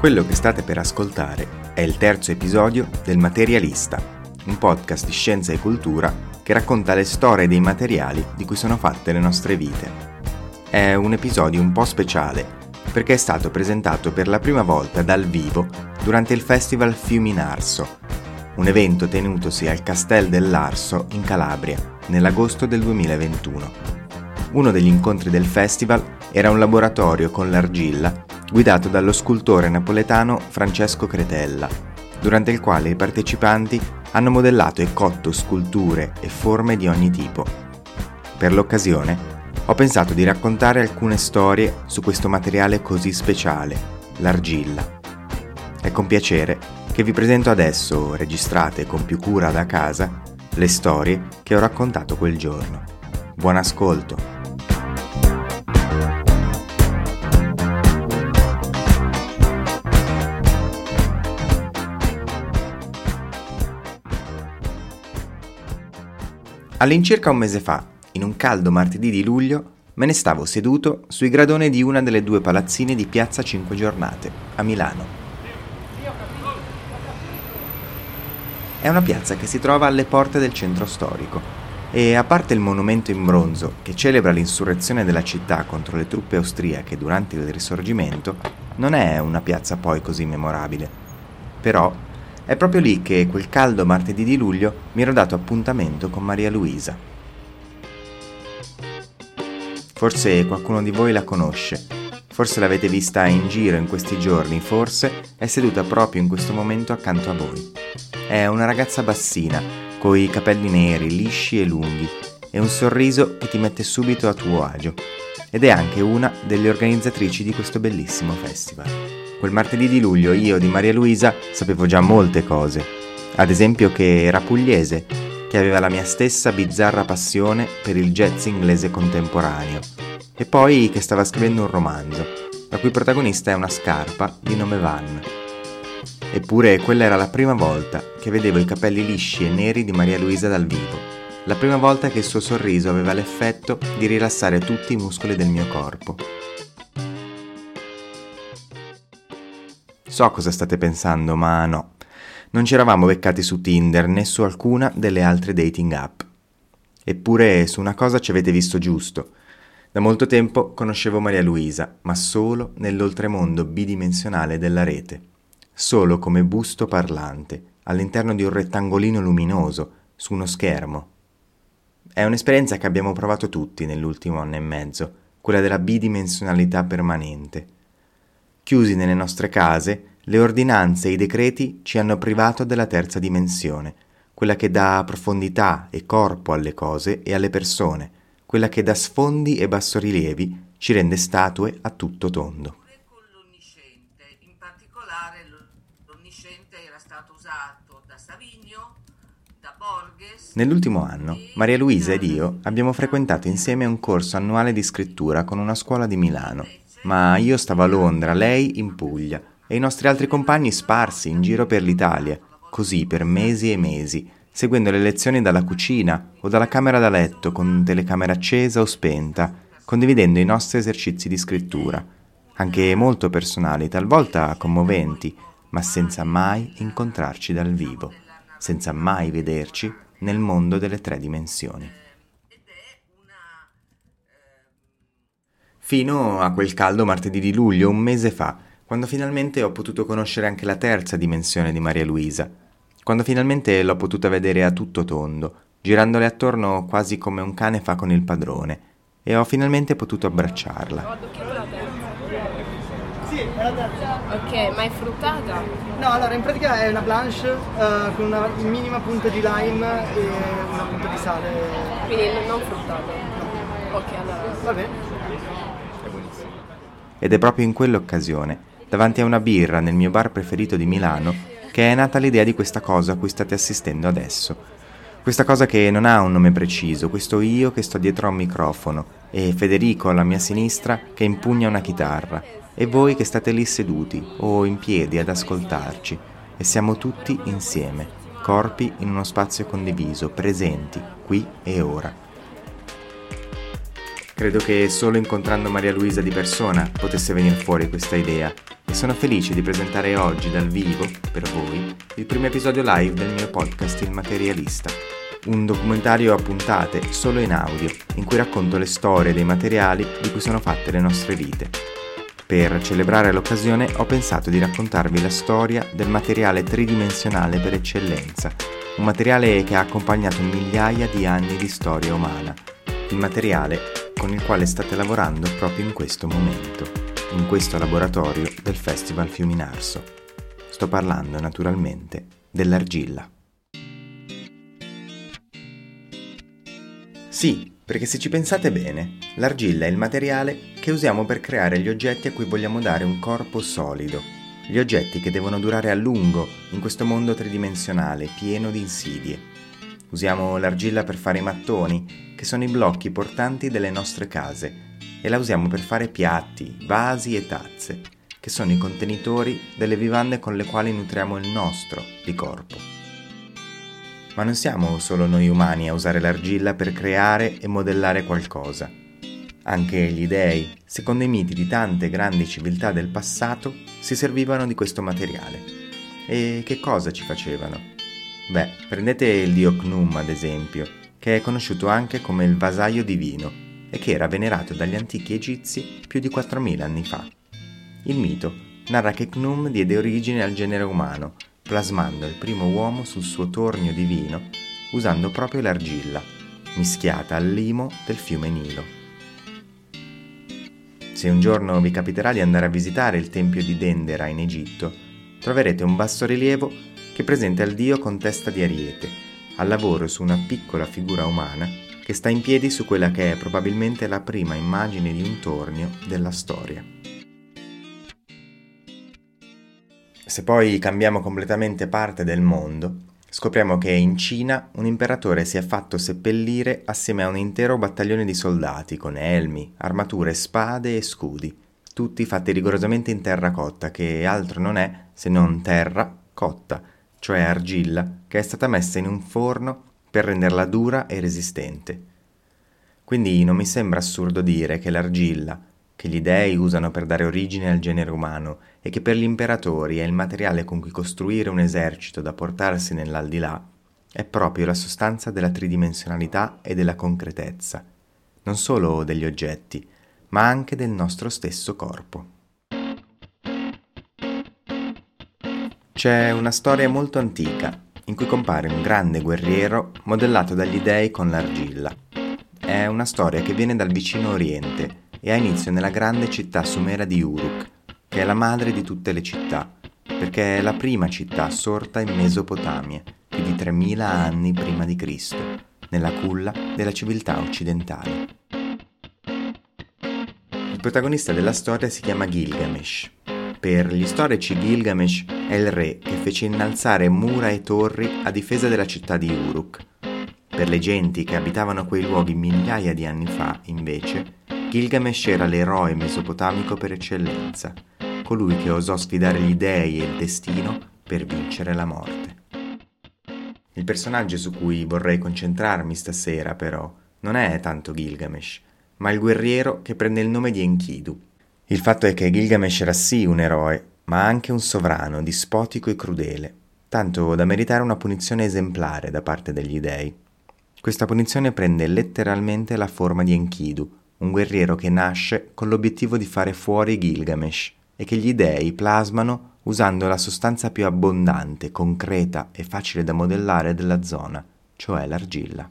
Quello che state per ascoltare è il terzo episodio del Materialista, un podcast di scienza e cultura che racconta le storie dei materiali di cui sono fatte le nostre vite. È un episodio un po' speciale perché è stato presentato per la prima volta dal vivo durante il Festival Fiumi in Arso, un evento tenutosi al Castel dell'Arso in Calabria nell'agosto del 2021. Uno degli incontri del festival era un laboratorio con l'argilla guidato dallo scultore napoletano Francesco Cretella, durante il quale i partecipanti hanno modellato e cotto sculture e forme di ogni tipo. Per l'occasione ho pensato di raccontare alcune storie su questo materiale così speciale, l'argilla. È con piacere che vi presento adesso, registrate con più cura da casa, le storie che ho raccontato quel giorno. Buon ascolto! All'incirca un mese fa, in un caldo martedì di luglio, me ne stavo seduto sui gradoni di una delle due palazzine di Piazza Cinque Giornate, a Milano. È una piazza che si trova alle porte del centro storico e, a parte il monumento in bronzo che celebra l'insurrezione della città contro le truppe austriache durante il Risorgimento, non è una piazza poi così memorabile. Però è proprio lì che quel caldo martedì di luglio mi ero dato appuntamento con Maria Luisa. Forse qualcuno di voi la conosce, forse l'avete vista in giro in questi giorni, forse è seduta proprio in questo momento accanto a voi. È una ragazza bassina, coi capelli neri, lisci e lunghi, e un sorriso che ti mette subito a tuo agio, ed è anche una delle organizzatrici di questo bellissimo festival. Quel martedì di luglio io di Maria Luisa sapevo già molte cose, ad esempio che era pugliese, che aveva la mia stessa bizzarra passione per il jazz inglese contemporaneo, e poi che stava scrivendo un romanzo, la cui protagonista è una scarpa di nome Van. Eppure quella era la prima volta che vedevo i capelli lisci e neri di Maria Luisa dal vivo, la prima volta che il suo sorriso aveva l'effetto di rilassare tutti i muscoli del mio corpo. So cosa state pensando, ma no, non ci eravamo beccati su Tinder né su alcuna delle altre dating app. Eppure su una cosa ci avete visto giusto. Da molto tempo conoscevo Maria Luisa, ma solo nell'oltremondo bidimensionale della rete. Solo come busto parlante, all'interno di un rettangolino luminoso, su uno schermo. È un'esperienza che abbiamo provato tutti nell'ultimo anno e mezzo, quella della bidimensionalità permanente. Chiusi nelle nostre case, le ordinanze e i decreti ci hanno privato della terza dimensione, quella che dà profondità e corpo alle cose e alle persone, quella che da sfondi e bassorilievi ci rende statue a tutto tondo. Con l'onnisciente, in particolare l'onnisciente era stato usato da Savigno, da Borges. Nell'ultimo anno, Maria Luisa ed io abbiamo frequentato insieme un corso annuale di scrittura con una scuola di Milano. Ma io stavo a Londra, lei in Puglia, e i nostri altri compagni sparsi in giro per l'Italia, così per mesi e mesi, seguendo le lezioni dalla cucina o dalla camera da letto con telecamera accesa o spenta, condividendo i nostri esercizi di scrittura, anche molto personali, talvolta commoventi, ma senza mai incontrarci dal vivo, senza mai vederci nel mondo delle tre dimensioni. Fino a quel caldo martedì di luglio, un mese fa, quando finalmente ho potuto conoscere anche la terza dimensione di Maria Luisa, quando finalmente l'ho potuta vedere a tutto tondo, girandole attorno quasi come un cane fa con il padrone, e ho finalmente potuto abbracciarla. Sì, è la terza. Ok, ma è fruttata? No, allora in pratica è una blanche con una minima punta di lime e una punta di sale. Quindi non fruttata? Ok, allora. Va bene. Ed è proprio in quell'occasione, davanti a una birra nel mio bar preferito di Milano, che è nata l'idea di questa cosa a cui state assistendo adesso. Questa cosa che non ha un nome preciso, questo io che sto dietro a un microfono, e Federico alla mia sinistra che impugna una chitarra, e voi che state lì seduti o in piedi ad ascoltarci, e siamo tutti insieme, corpi in uno spazio condiviso, presenti, qui e ora. Credo che solo incontrando Maria Luisa di persona potesse venire fuori questa idea e sono felice di presentare oggi dal vivo, per voi, il primo episodio live del mio podcast Il Materialista. Un documentario a puntate, solo in audio, in cui racconto le storie dei materiali di cui sono fatte le nostre vite. Per celebrare l'occasione ho pensato di raccontarvi la storia del materiale tridimensionale per eccellenza, un materiale che ha accompagnato migliaia di anni di storia umana, il materiale con il quale state lavorando proprio in questo momento, in questo laboratorio del Festival Fiuminarso. Sto parlando naturalmente dell'argilla. Sì, perché se ci pensate bene, l'argilla è il materiale che usiamo per creare gli oggetti a cui vogliamo dare un corpo solido, gli oggetti che devono durare a lungo in questo mondo tridimensionale pieno di insidie. Usiamo l'argilla per fare i mattoni, che sono i blocchi portanti delle nostre case, e la usiamo per fare piatti, vasi e tazze, che sono i contenitori delle vivande con le quali nutriamo il nostro di corpo. Ma non siamo solo noi umani a usare l'argilla per creare e modellare qualcosa. Anche gli dei, secondo i miti di tante grandi civiltà del passato, si servivano di questo materiale. E che cosa ci facevano? Beh, prendete il dio Khnum ad esempio, che è conosciuto anche come il vasaio divino e che era venerato dagli antichi egizi più di 4000 anni fa. Il mito narra che Khnum diede origine al genere umano, plasmando il primo uomo sul suo tornio divino usando proprio l'argilla, mischiata al limo del fiume Nilo. Se un giorno vi capiterà di andare a visitare il tempio di Dendera in Egitto, troverete un bassorilievo che presenta il dio con testa di ariete, al lavoro su una piccola figura umana che sta in piedi su quella che è probabilmente la prima immagine di un tornio della storia. Se poi cambiamo completamente parte del mondo, scopriamo che in Cina un imperatore si è fatto seppellire assieme a un intero battaglione di soldati con elmi, armature, spade e scudi, tutti fatti rigorosamente in terracotta, che altro non è se non terra cotta, cioè argilla che è stata messa in un forno per renderla dura e resistente. Quindi non mi sembra assurdo dire che l'argilla, che gli dei usano per dare origine al genere umano e che per gli imperatori è il materiale con cui costruire un esercito da portarsi nell'aldilà, è proprio la sostanza della tridimensionalità e della concretezza, non solo degli oggetti, ma anche del nostro stesso corpo. C'è una storia molto antica in cui compare un grande guerriero modellato dagli dei con l'argilla. È una storia che viene dal vicino Oriente e ha inizio nella grande città sumera di Uruk, che è la madre di tutte le città, perché è la prima città sorta in Mesopotamia, più di 3000 anni prima di Cristo, nella culla della civiltà occidentale. Il protagonista della storia si chiama Gilgamesh. Per gli storici Gilgamesh è il re che fece innalzare mura e torri a difesa della città di Uruk. Per le genti che abitavano quei luoghi migliaia di anni fa, invece, Gilgamesh era l'eroe mesopotamico per eccellenza, colui che osò sfidare gli dei e il destino per vincere la morte. Il personaggio su cui vorrei concentrarmi stasera, però, non è tanto Gilgamesh, ma il guerriero che prende il nome di Enkidu. Il fatto è che Gilgamesh era sì un eroe, ma anche un sovrano dispotico e crudele, tanto da meritare una punizione esemplare da parte degli dei. Questa punizione prende letteralmente la forma di Enkidu, un guerriero che nasce con l'obiettivo di fare fuori Gilgamesh e che gli dei plasmano usando la sostanza più abbondante, concreta e facile da modellare della zona, cioè l'argilla.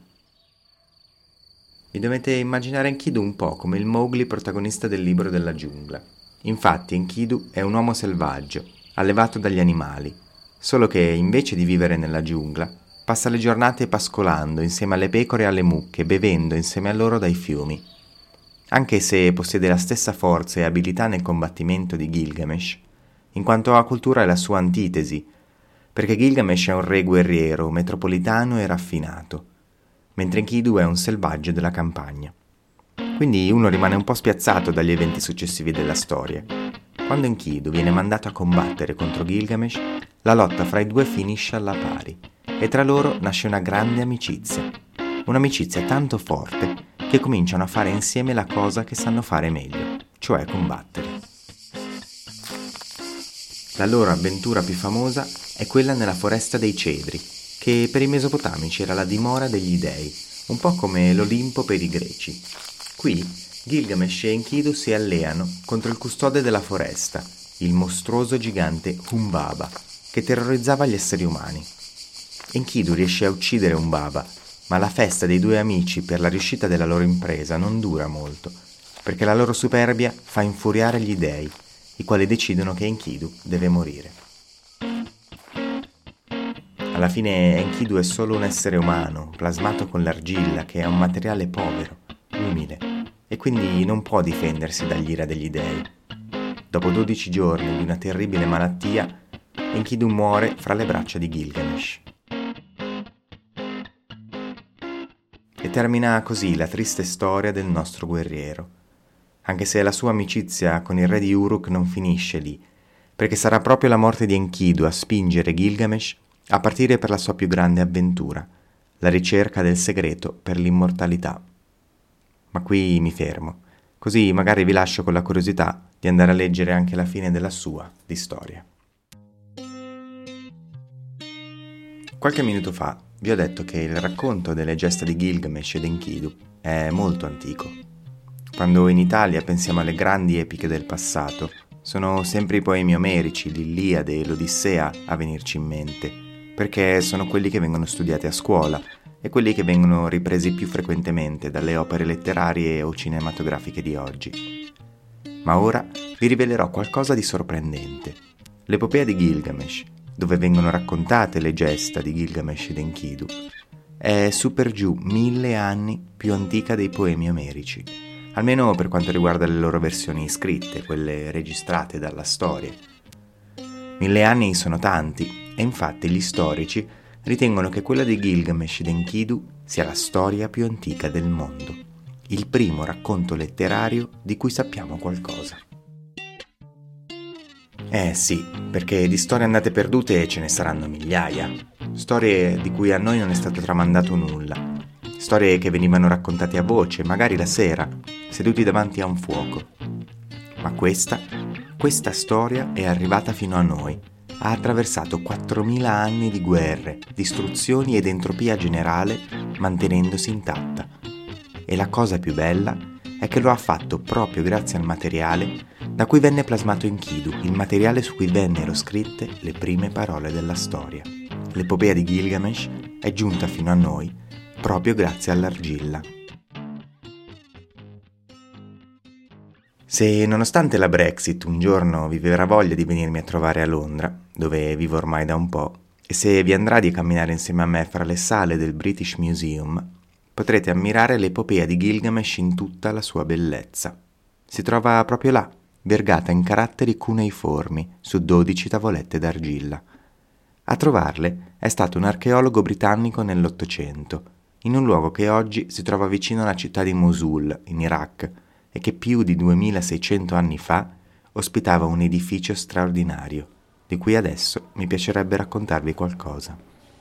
Vi dovete immaginare Enkidu un po' come il Mowgli protagonista del libro della giungla. Infatti Enkidu è un uomo selvaggio, allevato dagli animali, solo che invece di vivere nella giungla, passa le giornate pascolando insieme alle pecore e alle mucche, bevendo insieme a loro dai fiumi. Anche se possiede la stessa forza e abilità nel combattimento di Gilgamesh, in quanto a cultura è la sua antitesi, perché Gilgamesh è un re guerriero, metropolitano e raffinato, mentre Enkidu è un selvaggio della campagna. Quindi uno rimane un po' spiazzato dagli eventi successivi della storia. Quando Enkidu viene mandato a combattere contro Gilgamesh, la lotta fra i due finisce alla pari, e tra loro nasce una grande amicizia. Un'amicizia tanto forte che cominciano a fare insieme la cosa che sanno fare meglio, cioè combattere. La loro avventura più famosa è quella nella foresta dei cedri, che per i mesopotamici era la dimora degli dei, un po' come l'Olimpo per i greci. Qui Gilgamesh e Enkidu si alleano contro il custode della foresta, il mostruoso gigante Humbaba, che terrorizzava gli esseri umani. Enkidu riesce a uccidere Humbaba, ma la festa dei due amici per la riuscita della loro impresa non dura molto, perché la loro superbia fa infuriare gli dei, i quali decidono che Enkidu deve morire. Alla fine Enkidu è solo un essere umano, plasmato con l'argilla, che è un materiale povero, umile, e quindi non può difendersi dall'ira degli dei. Dopo 12 giorni di una terribile malattia, Enkidu muore fra le braccia di Gilgamesh. E termina così la triste storia del nostro guerriero, anche se la sua amicizia con il re di Uruk non finisce lì, perché sarà proprio la morte di Enkidu a spingere Gilgamesh a partire per la sua più grande avventura, la ricerca del segreto per l'immortalità. Ma qui mi fermo, così magari vi lascio con la curiosità di andare a leggere anche la fine della sua di storia. Qualche minuto fa vi ho detto che il racconto delle gesta di Gilgamesh ed Enkidu è molto antico. Quando in Italia pensiamo alle grandi epiche del passato, sono sempre i poemi omerici, l'Iliade e l'Odissea a venirci in mente, perché sono quelli che vengono studiati a scuola e quelli che vengono ripresi più frequentemente dalle opere letterarie o cinematografiche di oggi. Ma ora vi rivelerò qualcosa di sorprendente. L'epopea di Gilgamesh, dove vengono raccontate le gesta di Gilgamesh ed Enkidu, è su per giù 1000 anni più antica dei poemi omerici, almeno per quanto riguarda le loro versioni scritte, quelle registrate dalla storia. 1000 anni sono tanti, e infatti gli storici ritengono che quella di Gilgamesh ed Enkidu sia la storia più antica del mondo, il primo racconto letterario di cui sappiamo qualcosa. Sì, perché di storie andate perdute ce ne saranno migliaia, storie di cui a noi non è stato tramandato nulla, storie che venivano raccontate a voce, magari la sera, seduti davanti a un fuoco. Ma questa storia è arrivata fino a noi, ha attraversato 4000 anni di guerre, distruzioni ed entropia generale, mantenendosi intatta. E la cosa più bella è che lo ha fatto proprio grazie al materiale da cui venne plasmato Enkidu, il materiale su cui vennero scritte le prime parole della storia. L'epopea di Gilgamesh è giunta fino a noi proprio grazie all'argilla. Se nonostante la Brexit un giorno vi verrà voglia di venirmi a trovare a Londra, dove vivo ormai da un po', e se vi andrà di camminare insieme a me fra le sale del British Museum, potrete ammirare l'epopea di Gilgamesh in tutta la sua bellezza. Si trova proprio là, vergata in caratteri cuneiformi su 12 tavolette d'argilla. A trovarle è stato un archeologo britannico nell'Ottocento, in un luogo che oggi si trova vicino alla città di Mosul, in Iraq, e che più di 2600 anni fa ospitava un edificio straordinario, di cui adesso mi piacerebbe raccontarvi qualcosa.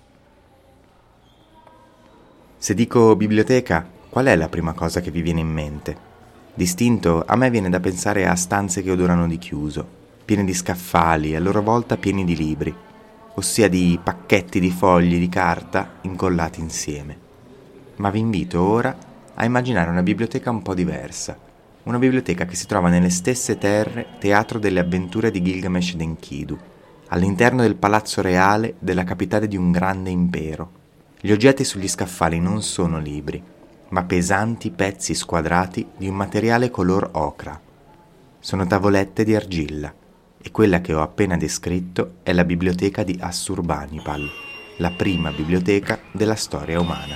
Se dico biblioteca, qual è la prima cosa che vi viene in mente? Distinto, a me viene da pensare a stanze che odorano di chiuso, piene di scaffali, a loro volta pieni di libri, ossia di pacchetti di fogli di carta incollati insieme. Ma vi invito ora a immaginare una biblioteca un po' diversa, una biblioteca che si trova nelle stesse terre teatro delle avventure di Gilgamesh ed Enkidu, all'interno del palazzo reale della capitale di un grande impero. Gli oggetti sugli scaffali non sono libri, ma pesanti pezzi squadrati di un materiale color ocra. Sono tavolette di argilla, e quella che ho appena descritto è la biblioteca di Assurbanipal, la prima biblioteca della storia umana.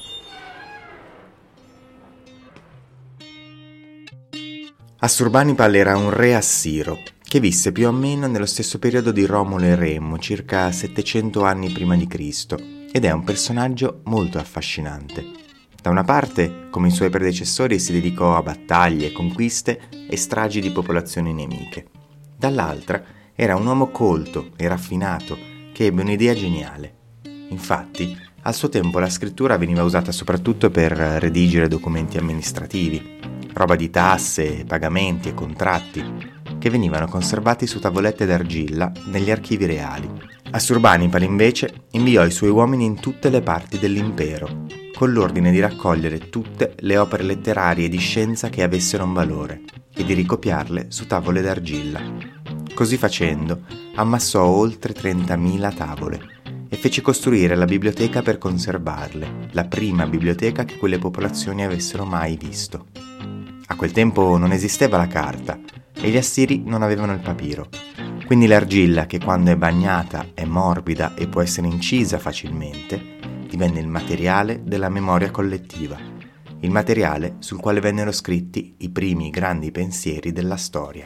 Assurbanipal era un re assiro che visse più o meno nello stesso periodo di Romolo e Remo, circa 700 anni prima di Cristo, ed è un personaggio molto affascinante. Da una parte, come i suoi predecessori, si dedicò a battaglie, conquiste e stragi di popolazioni nemiche. Dall'altra, era un uomo colto e raffinato che ebbe un'idea geniale. Infatti, Al suo tempo la scrittura veniva usata soprattutto per redigere documenti amministrativi, roba di tasse, pagamenti e contratti, che venivano conservati su tavolette d'argilla negli archivi reali. Assurbanipal invece inviò i suoi uomini in tutte le parti dell'impero, con l'ordine di raccogliere tutte le opere letterarie e di scienza che avessero un valore e di ricopiarle su tavole d'argilla. Così facendo, ammassò oltre 30.000 tavole e fece costruire la biblioteca per conservarle, la prima biblioteca che quelle popolazioni avessero mai visto. A quel tempo non esisteva la carta e gli Assiri non avevano il papiro, quindi l'argilla, che quando è bagnata è morbida e può essere incisa facilmente, divenne il materiale della memoria collettiva, il materiale sul quale vennero scritti i primi grandi pensieri della storia.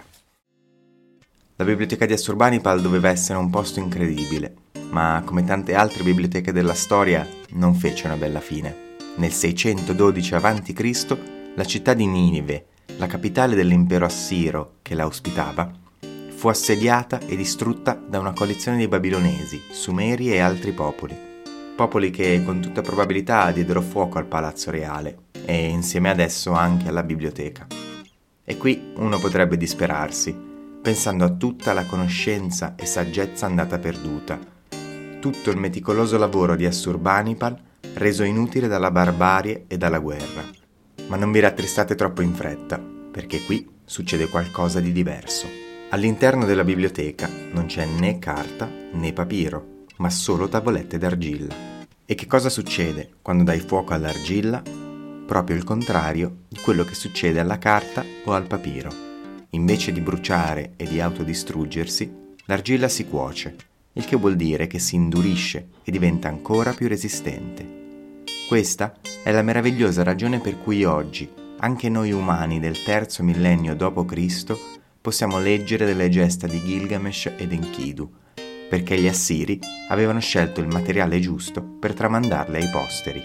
La biblioteca di Assurbanipal doveva essere un posto incredibile, ma come tante altre biblioteche della storia non fece una bella fine. Nel 612 a.C. la città di Ninive, la capitale dell'impero assiro che la ospitava, fu assediata e distrutta da una coalizione di babilonesi, sumeri e altri popoli che con tutta probabilità diedero fuoco al palazzo reale e insieme ad esso anche alla biblioteca. E qui uno potrebbe disperarsi, pensando a tutta la conoscenza e saggezza andata perduta, tutto il meticoloso lavoro di Assurbanipal reso inutile dalla barbarie e dalla guerra. Ma non vi rattristate troppo in fretta, perché qui succede qualcosa di diverso. All'interno della biblioteca non c'è né carta né papiro, ma solo tavolette d'argilla. E che cosa succede quando dai fuoco all'argilla? Proprio il contrario di quello che succede alla carta o al papiro. Invece di bruciare e di autodistruggersi, l'argilla si cuoce, il che vuol dire che si indurisce e diventa ancora più resistente. Questa è la meravigliosa ragione per cui oggi, anche noi umani del terzo millennio d.C., possiamo leggere delle gesta di Gilgamesh ed Enkidu, perché gli Assiri avevano scelto il materiale giusto per tramandarle ai posteri.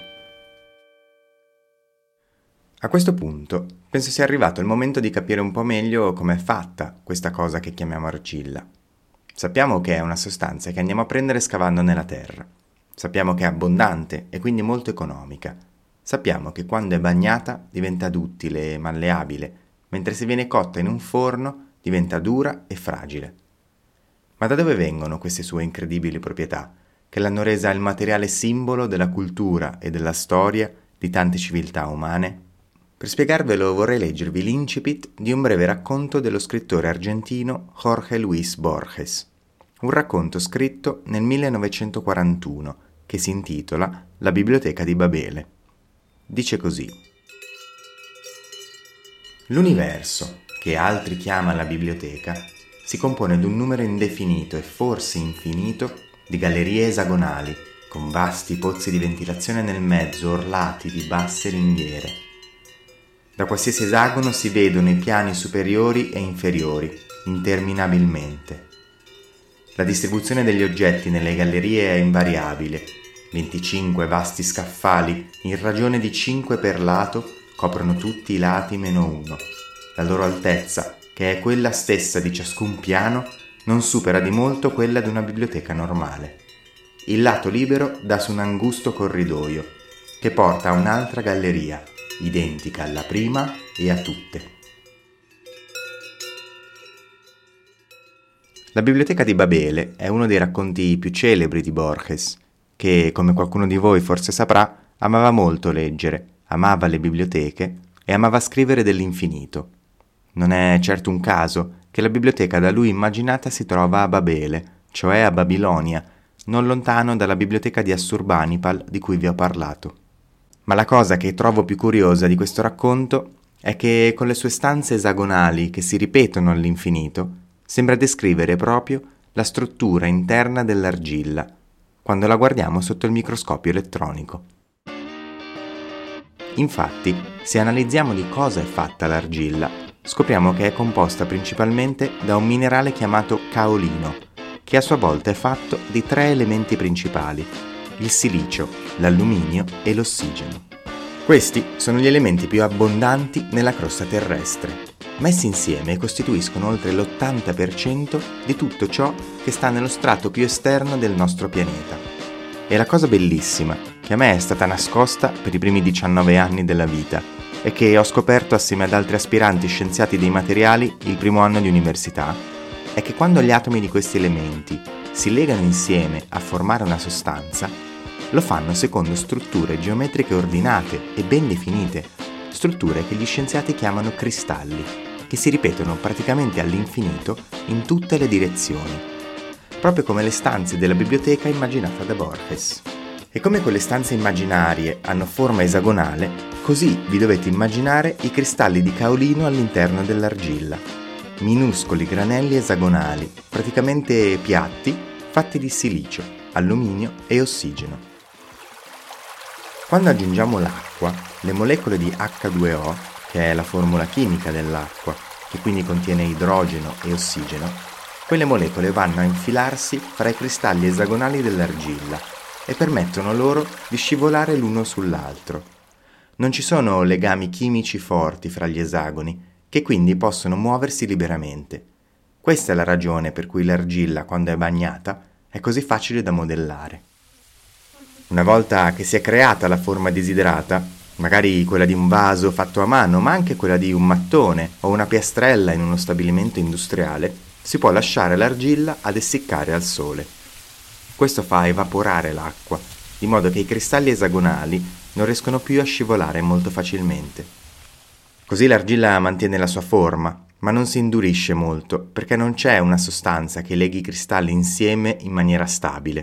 A questo punto penso sia arrivato il momento di capire un po' meglio com'è fatta questa cosa che chiamiamo argilla. Sappiamo che è una sostanza che andiamo a prendere scavando nella terra. Sappiamo che è abbondante e quindi molto economica. Sappiamo che quando è bagnata diventa duttile e malleabile, mentre se viene cotta in un forno diventa dura e fragile. Ma da dove vengono queste sue incredibili proprietà, che l'hanno resa il materiale simbolo della cultura e della storia di tante civiltà umane? Per spiegarvelo vorrei leggervi l'incipit di un breve racconto dello scrittore argentino Jorge Luis Borges, un racconto scritto nel 1941 che si intitola La biblioteca di Babele. Dice così: l'universo, che altri chiama la biblioteca, si compone di un numero indefinito e forse infinito di gallerie esagonali, con vasti pozzi di ventilazione nel mezzo orlati di basse ringhiere. Da qualsiasi esagono si vedono i piani superiori e inferiori, interminabilmente. La distribuzione degli oggetti nelle gallerie è invariabile. 25 vasti scaffali, in ragione di 5 per lato, coprono tutti i lati meno uno. La loro altezza, che è quella stessa di ciascun piano, non supera di molto quella di una biblioteca normale. Il lato libero dà su un angusto corridoio, che porta a un'altra galleria, identica alla prima e a tutte. La biblioteca di Babele è uno dei racconti più celebri di Borges, che, come qualcuno di voi forse saprà, amava molto leggere, amava le biblioteche e amava scrivere dell'infinito. Non è certo un caso che la biblioteca da lui immaginata si trova a Babele, cioè a Babilonia, non lontano dalla biblioteca di Assurbanipal di cui vi ho parlato. Ma la cosa che trovo più curiosa di questo racconto è che con le sue stanze esagonali che si ripetono all'infinito sembra descrivere proprio la struttura interna dell'argilla, quando la guardiamo sotto il microscopio elettronico. Infatti, se analizziamo di cosa è fatta l'argilla, scopriamo che è composta principalmente da un minerale chiamato caolino, che a sua volta è fatto di 3 elementi principali: il silicio, l'alluminio e l'ossigeno. Questi sono gli elementi più abbondanti nella crosta terrestre. Messi insieme costituiscono oltre l'80% di tutto ciò che sta nello strato più esterno del nostro pianeta. E la cosa bellissima, che che a me è stata nascosta per i primi 19 anni della vita e che ho scoperto assieme ad altri aspiranti scienziati dei materiali il primo anno di università, è che quando gli atomi di questi elementi si legano insieme a formare una sostanza, lo fanno secondo strutture geometriche ordinate e ben definite, strutture che gli scienziati chiamano cristalli, che si ripetono praticamente all'infinito in tutte le direzioni, proprio come le stanze della biblioteca immaginata da Borges. E come quelle stanze immaginarie hanno forma esagonale, così vi dovete immaginare i cristalli di caolino all'interno dell'argilla, minuscoli granelli esagonali, praticamente piatti, fatti di silicio, alluminio e ossigeno. Quando aggiungiamo l'acqua, le molecole di H2O, che è la formula chimica dell'acqua, che quindi contiene idrogeno e ossigeno, quelle molecole vanno a infilarsi fra i cristalli esagonali dell'argilla e permettono loro di scivolare l'uno sull'altro. Non ci sono legami chimici forti fra gli esagoni, che quindi possono muoversi liberamente. Questa è la ragione per cui l'argilla, quando è bagnata, è così facile da modellare. Una volta che si è creata la forma desiderata, magari quella di un vaso fatto a mano, ma anche quella di un mattone o una piastrella in uno stabilimento industriale, si può lasciare l'argilla ad essiccare al sole. Questo fa evaporare l'acqua, di modo che i cristalli esagonali non riescono più a scivolare molto facilmente. Così l'argilla mantiene la sua forma, ma non si indurisce molto, perché non c'è una sostanza che leghi i cristalli insieme in maniera stabile.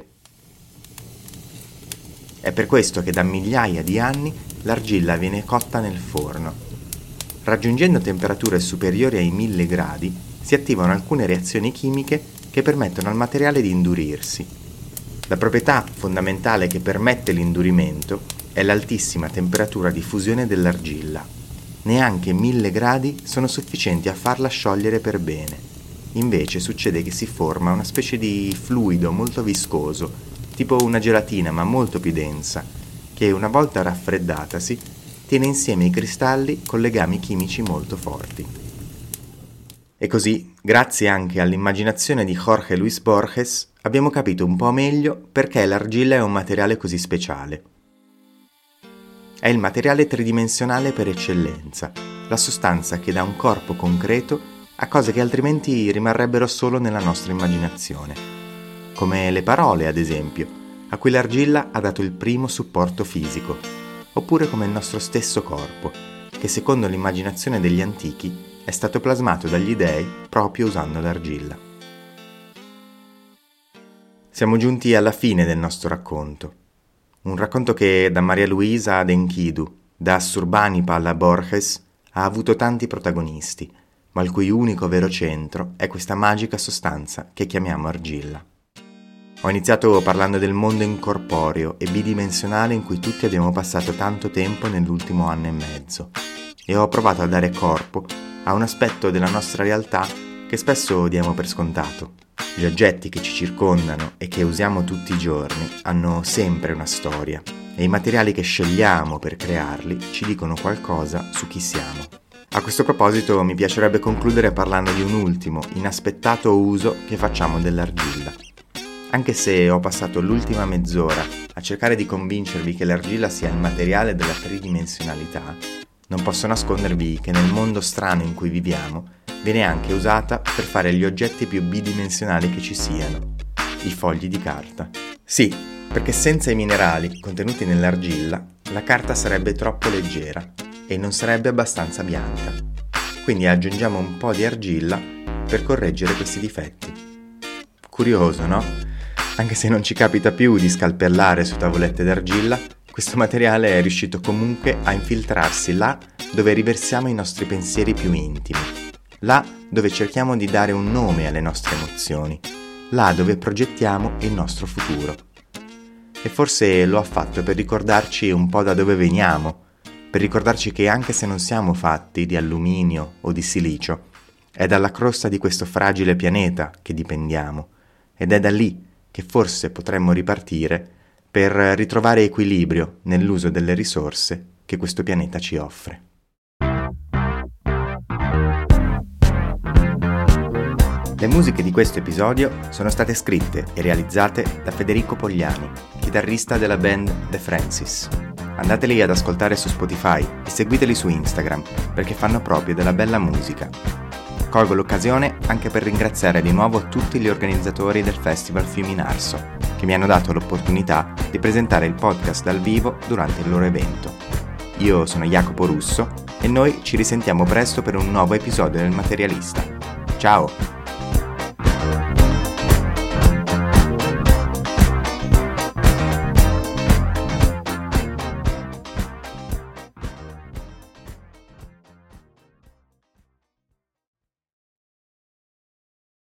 È per questo che da migliaia di anni l'argilla viene cotta nel forno. Raggiungendo temperature superiori ai 1000 gradi, si attivano alcune reazioni chimiche che permettono al materiale di indurirsi. La proprietà fondamentale che permette l'indurimento è l'altissima temperatura di fusione dell'argilla. Neanche 1000 gradi sono sufficienti a farla sciogliere per bene. Invece succede che si forma una specie di fluido molto viscoso, tipo una gelatina ma molto più densa, che una volta raffreddatasi tiene insieme i cristalli con legami chimici molto forti. E così, grazie anche all'immaginazione di Jorge Luis Borges, abbiamo capito un po' meglio perché l'argilla è un materiale così speciale. È il materiale tridimensionale per eccellenza, la sostanza che dà un corpo concreto a cose che altrimenti rimarrebbero solo nella nostra immaginazione, come le parole, ad esempio, a cui l'argilla ha dato il primo supporto fisico, oppure come il nostro stesso corpo, che secondo l'immaginazione degli antichi è stato plasmato dagli dei proprio usando l'argilla. Siamo giunti alla fine del nostro racconto. Un racconto che da Maria Luisa ad Enkidu, da Assurbanipal a Borges, ha avuto tanti protagonisti, ma il cui unico vero centro è questa magica sostanza che chiamiamo argilla. Ho iniziato parlando del mondo incorporeo e bidimensionale in cui tutti abbiamo passato tanto tempo nell'ultimo anno e mezzo, e ho provato a dare corpo a un aspetto della nostra realtà che spesso diamo per scontato. Gli oggetti che ci circondano e che usiamo tutti i giorni hanno sempre una storia e i materiali che scegliamo per crearli ci dicono qualcosa su chi siamo. A questo proposito mi piacerebbe concludere parlando di un ultimo, inaspettato uso che facciamo dell'argilla. Anche se ho passato l'ultima mezz'ora a cercare di convincervi che l'argilla sia il materiale della tridimensionalità, non posso nascondervi che nel mondo strano in cui viviamo viene anche usata per fare gli oggetti più bidimensionali che ci siano, i fogli di carta. Sì, perché senza i minerali contenuti nell'argilla, la carta sarebbe troppo leggera e non sarebbe abbastanza bianca. Quindi aggiungiamo un po' di argilla per correggere questi difetti. Curioso, no? Anche se non ci capita più di scalpellare su tavolette d'argilla, questo materiale è riuscito comunque a infiltrarsi là dove riversiamo i nostri pensieri più intimi, là dove cerchiamo di dare un nome alle nostre emozioni, là dove progettiamo il nostro futuro. E forse lo ha fatto per ricordarci un po' da dove veniamo, per ricordarci che anche se non siamo fatti di alluminio o di silicio, è dalla crosta di questo fragile pianeta che dipendiamo, ed è da lì che forse potremmo ripartire per ritrovare equilibrio nell'uso delle risorse che questo pianeta ci offre. Le musiche di questo episodio sono state scritte e realizzate da Federico Pogliani, chitarrista della band The Francis. Andateli ad ascoltare su Spotify e seguiteli su Instagram perché fanno proprio della bella musica. Colgo l'occasione anche per ringraziare di nuovo tutti gli organizzatori del Festival Fiumi in Arso, che mi hanno dato l'opportunità di presentare il podcast dal vivo durante il loro evento. Io sono Jacopo Russo e noi ci risentiamo presto per un nuovo episodio del Materialista. Ciao!